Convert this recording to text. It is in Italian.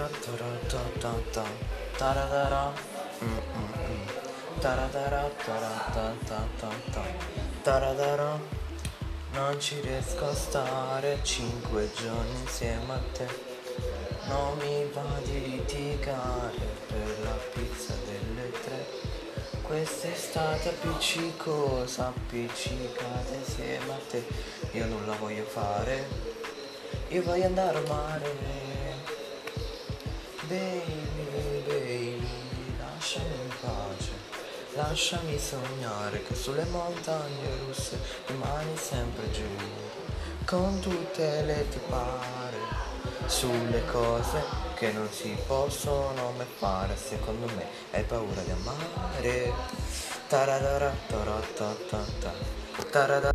Taradara, taratata, taradara, taradara, taratata, taradara. Non ci riesco a stare 5 giorni insieme a te. Non mi va di litigare per la pizza delle 3. Quest'estate appiccicosa, appiccicata insieme a te. Io non la voglio fare, io voglio andare al mare. Baby, baby, lasciami in pace, lasciami sognare che sulle montagne russe rimani sempre giù, con tutte le tue pare, sulle cose che non si possono mai fare. Secondo me hai paura di amare. Taradara, taratata, taradara.